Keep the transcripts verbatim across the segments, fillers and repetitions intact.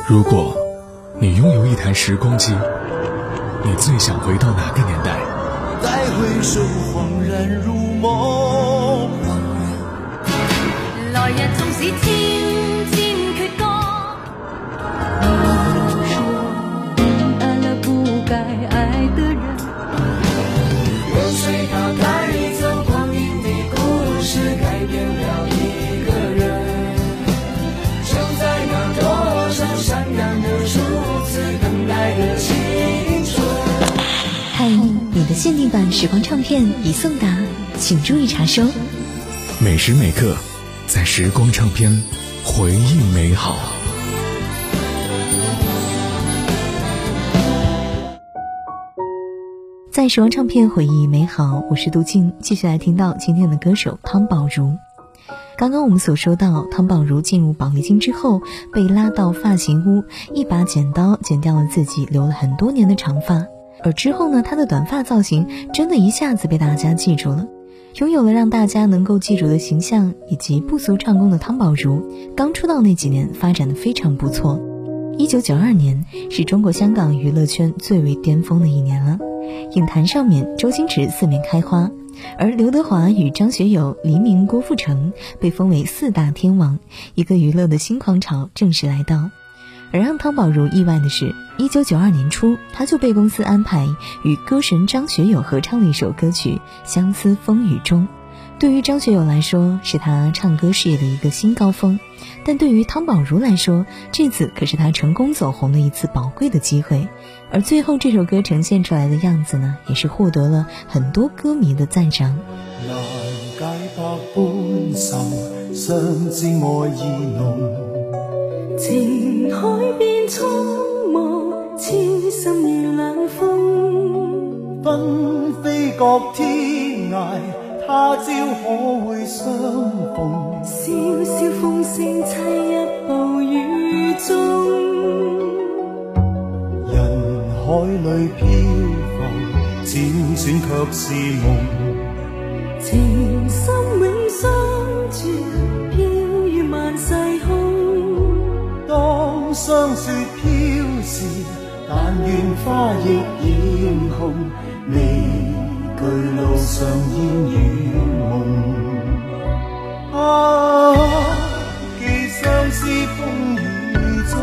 如果你拥有一台时光机，你最想回到哪个年代？ 再回首，恍然如梦。 来日纵使千千阙歌，你说你爱了不该爱的人。 流水它带走光阴的故事，改变了一个人。就在那多少闪亮的数字，等待的青春。 嗨，你的限定版时光唱片已送达，请注意查收。 每时每刻在时光唱片回忆美好。 在时光唱片回忆美好，我是杜静，继续来听到今天的歌手汤宝如。刚刚我们所说到，汤宝如进入宝丽金之后，被拉到发型屋，一把剪刀剪掉了自己留了很多年的长发。而之后呢，她的短发造型真的一下子被大家记住了，拥有了让大家能够记住的形象，以及不俗唱功的汤宝如，刚出道那几年发展的非常不错。一九九二年是中国香港娱乐圈最为巅峰的一年了，影坛上面周星驰四面开花，而刘德华与张学友、黎明、郭富城被封为四大天王，一个娱乐的新狂潮正式来到。而让汤宝如意外的是，一九九二年初，他就被公司安排与歌神张学友合唱了一首歌曲《相思风雨中》。对于张学友来说，是他唱歌事业的一个新高峰，但对于汤宝如来说，这次可是他成功走红的一次宝贵的机会。而最后这首歌呈现出来的样子呢，也是获得了很多歌迷的赞赏。 難解百般愁，相知愛意濃。 情海變蒼茫，痴心如冷風。 紛飛各天涯，他朝可會相逢？ 笑笑風聲凄一暴雨中。 人海裏漂浮，輾轉卻是夢。 情深永相住，飄於萬世空。 當霜雪飄時，但願花亦染紅，未懼路上煙與夢。啊，寄相思風雨中，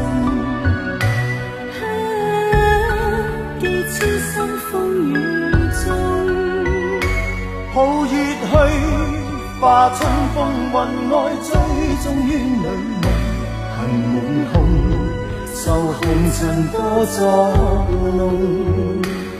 啊，寄痴心風雨中。 抱月去，化春風雲外，追蹤於女夢。恨滿空，受紅塵多作弄。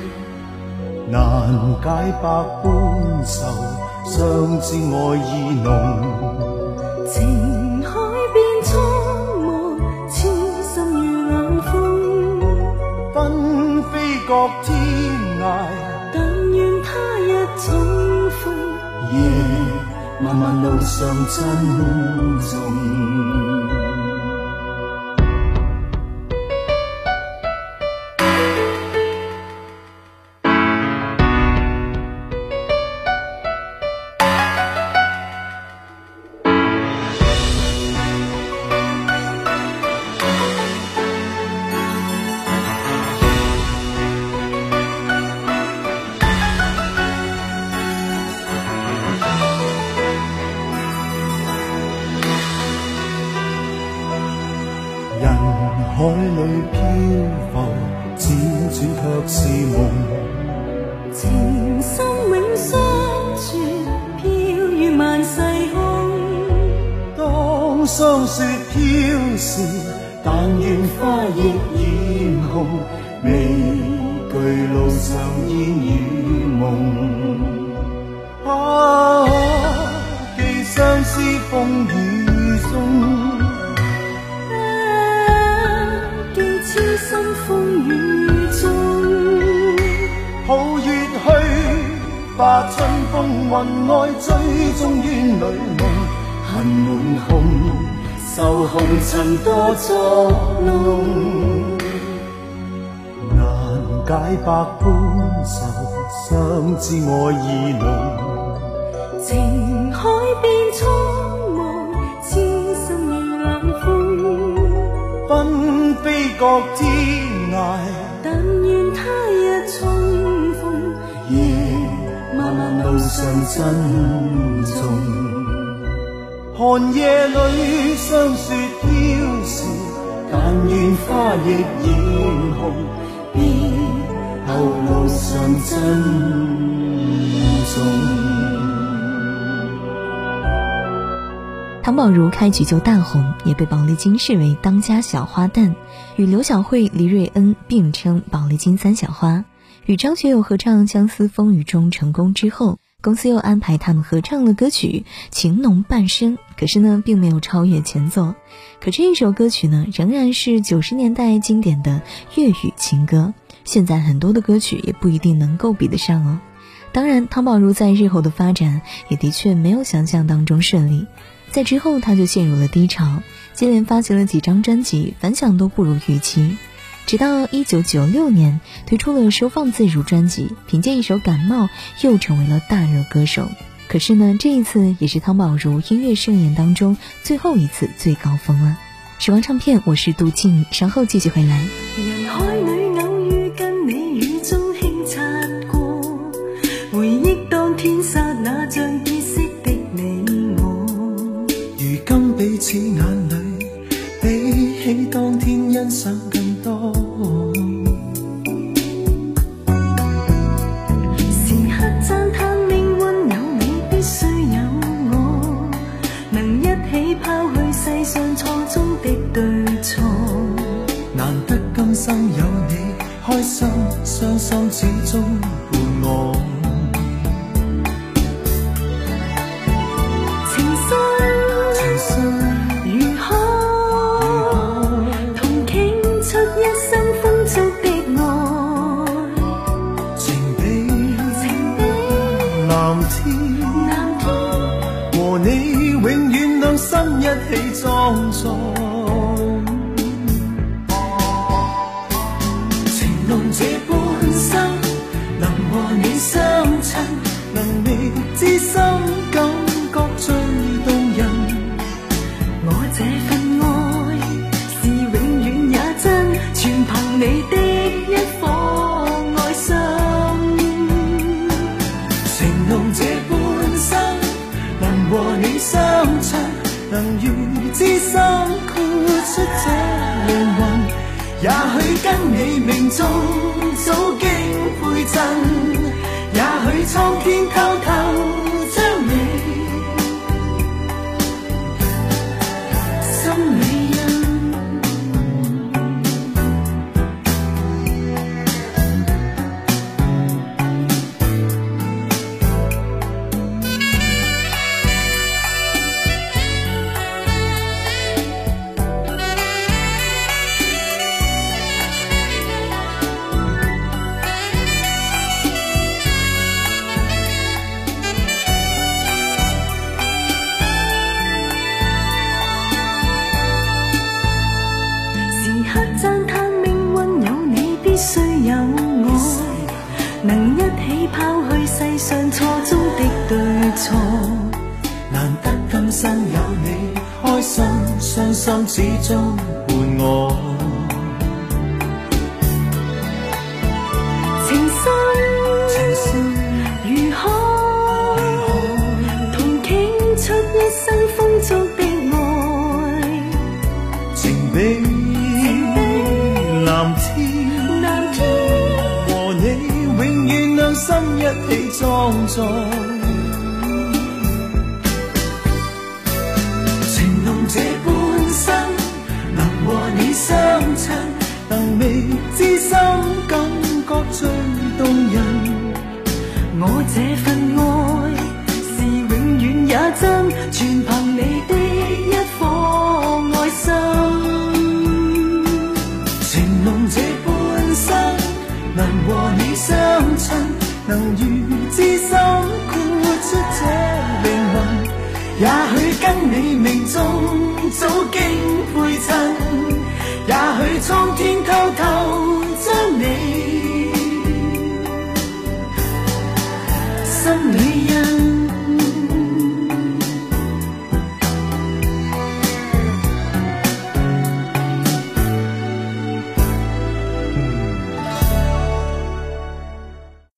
難解百般愁，相知愛意濃。 情海變蒼茫，痴心如冷風。 紛飛各天涯， 但願他日重逢。 夜漫漫路上珍重。人海裏漂浮，輾轉卻是夢。 情深永相住，飄於萬世空。 當霜雪飄時，但願花亦染紅，未懼路上煙與夢。啊，寄相思風雨中。 痴心風雨中， 抱月去，化春風雲外，追蹤於女夢。恨滿空，受紅塵多作弄。難解百般愁，相知愛意濃。 情海變蒼茫，痴心如冷風。 紛悲覺天涯， 但願他日重逢，夜漫漫路上珍重。 寒夜裏霜雪飄時，但願花亦艷紅，別後路上珍重。 唐宝如开局就大红，也被宝丽金视为当家小花旦，与刘晓慧、黎瑞恩并称宝丽金三小花。与张学友合唱《相思风雨中》成功之后，公司又安排他们合唱了歌曲《情浓半生》，可是呢并没有超越前作。可这一首歌曲呢仍然是九十年代经典的粤语情歌，现在很多的歌曲也不一定能够比得上哦。当然唐宝如在日后的发展也的确没有想象当中顺利，在之后他就陷入了低潮，接连发行了几张专辑，反响都不如预期。直到一九九六年推出了收放自如专辑，凭借一首《感冒》又成为了大热歌手。可是呢这一次也是唐宝如音乐盛宴当中最后一次最高峰了。时光唱片，我是杜静，稍后继续回来。 人海裏偶遇跟你雨中輕擦過，回憶當天剎那像結識的你我， 如今彼此眼裏比起當天欣賞更多， 時刻讚嘆命運有你必須有我，能一起拋去世上錯綜的對錯， 難得今生有你，開心傷心始終伴我。 情深如海，同傾出一生豐足的愛， 情比藍天， 藍天和你永遠兩心一起裝載。情濃這半生，能和你相襯，能覓知心感覺最動人。 我這份愛是永遠也真，全憑你的一顆愛心。 情濃這半生，能和你相襯，能如知心豁出這靈魂。也許跟你命中早經配襯，也許蒼天偷偷將你心裏印。 讚嘆命運有你必須有我，能一起拋去世上錯綜的對錯， 難得今生有你，開心傷心始終伴我。 情深如海，同傾出一生豐足的愛， 情比藍天， 藍天和你永遠兩心一起裝載。情濃這半生，能和你相襯，能覓知心感覺最動人。 我這份愛是永遠也真，全憑你的一顆愛心。 情濃這半生，能和你相襯，能如知心豁出這靈魂。也許跟你命中早經配襯，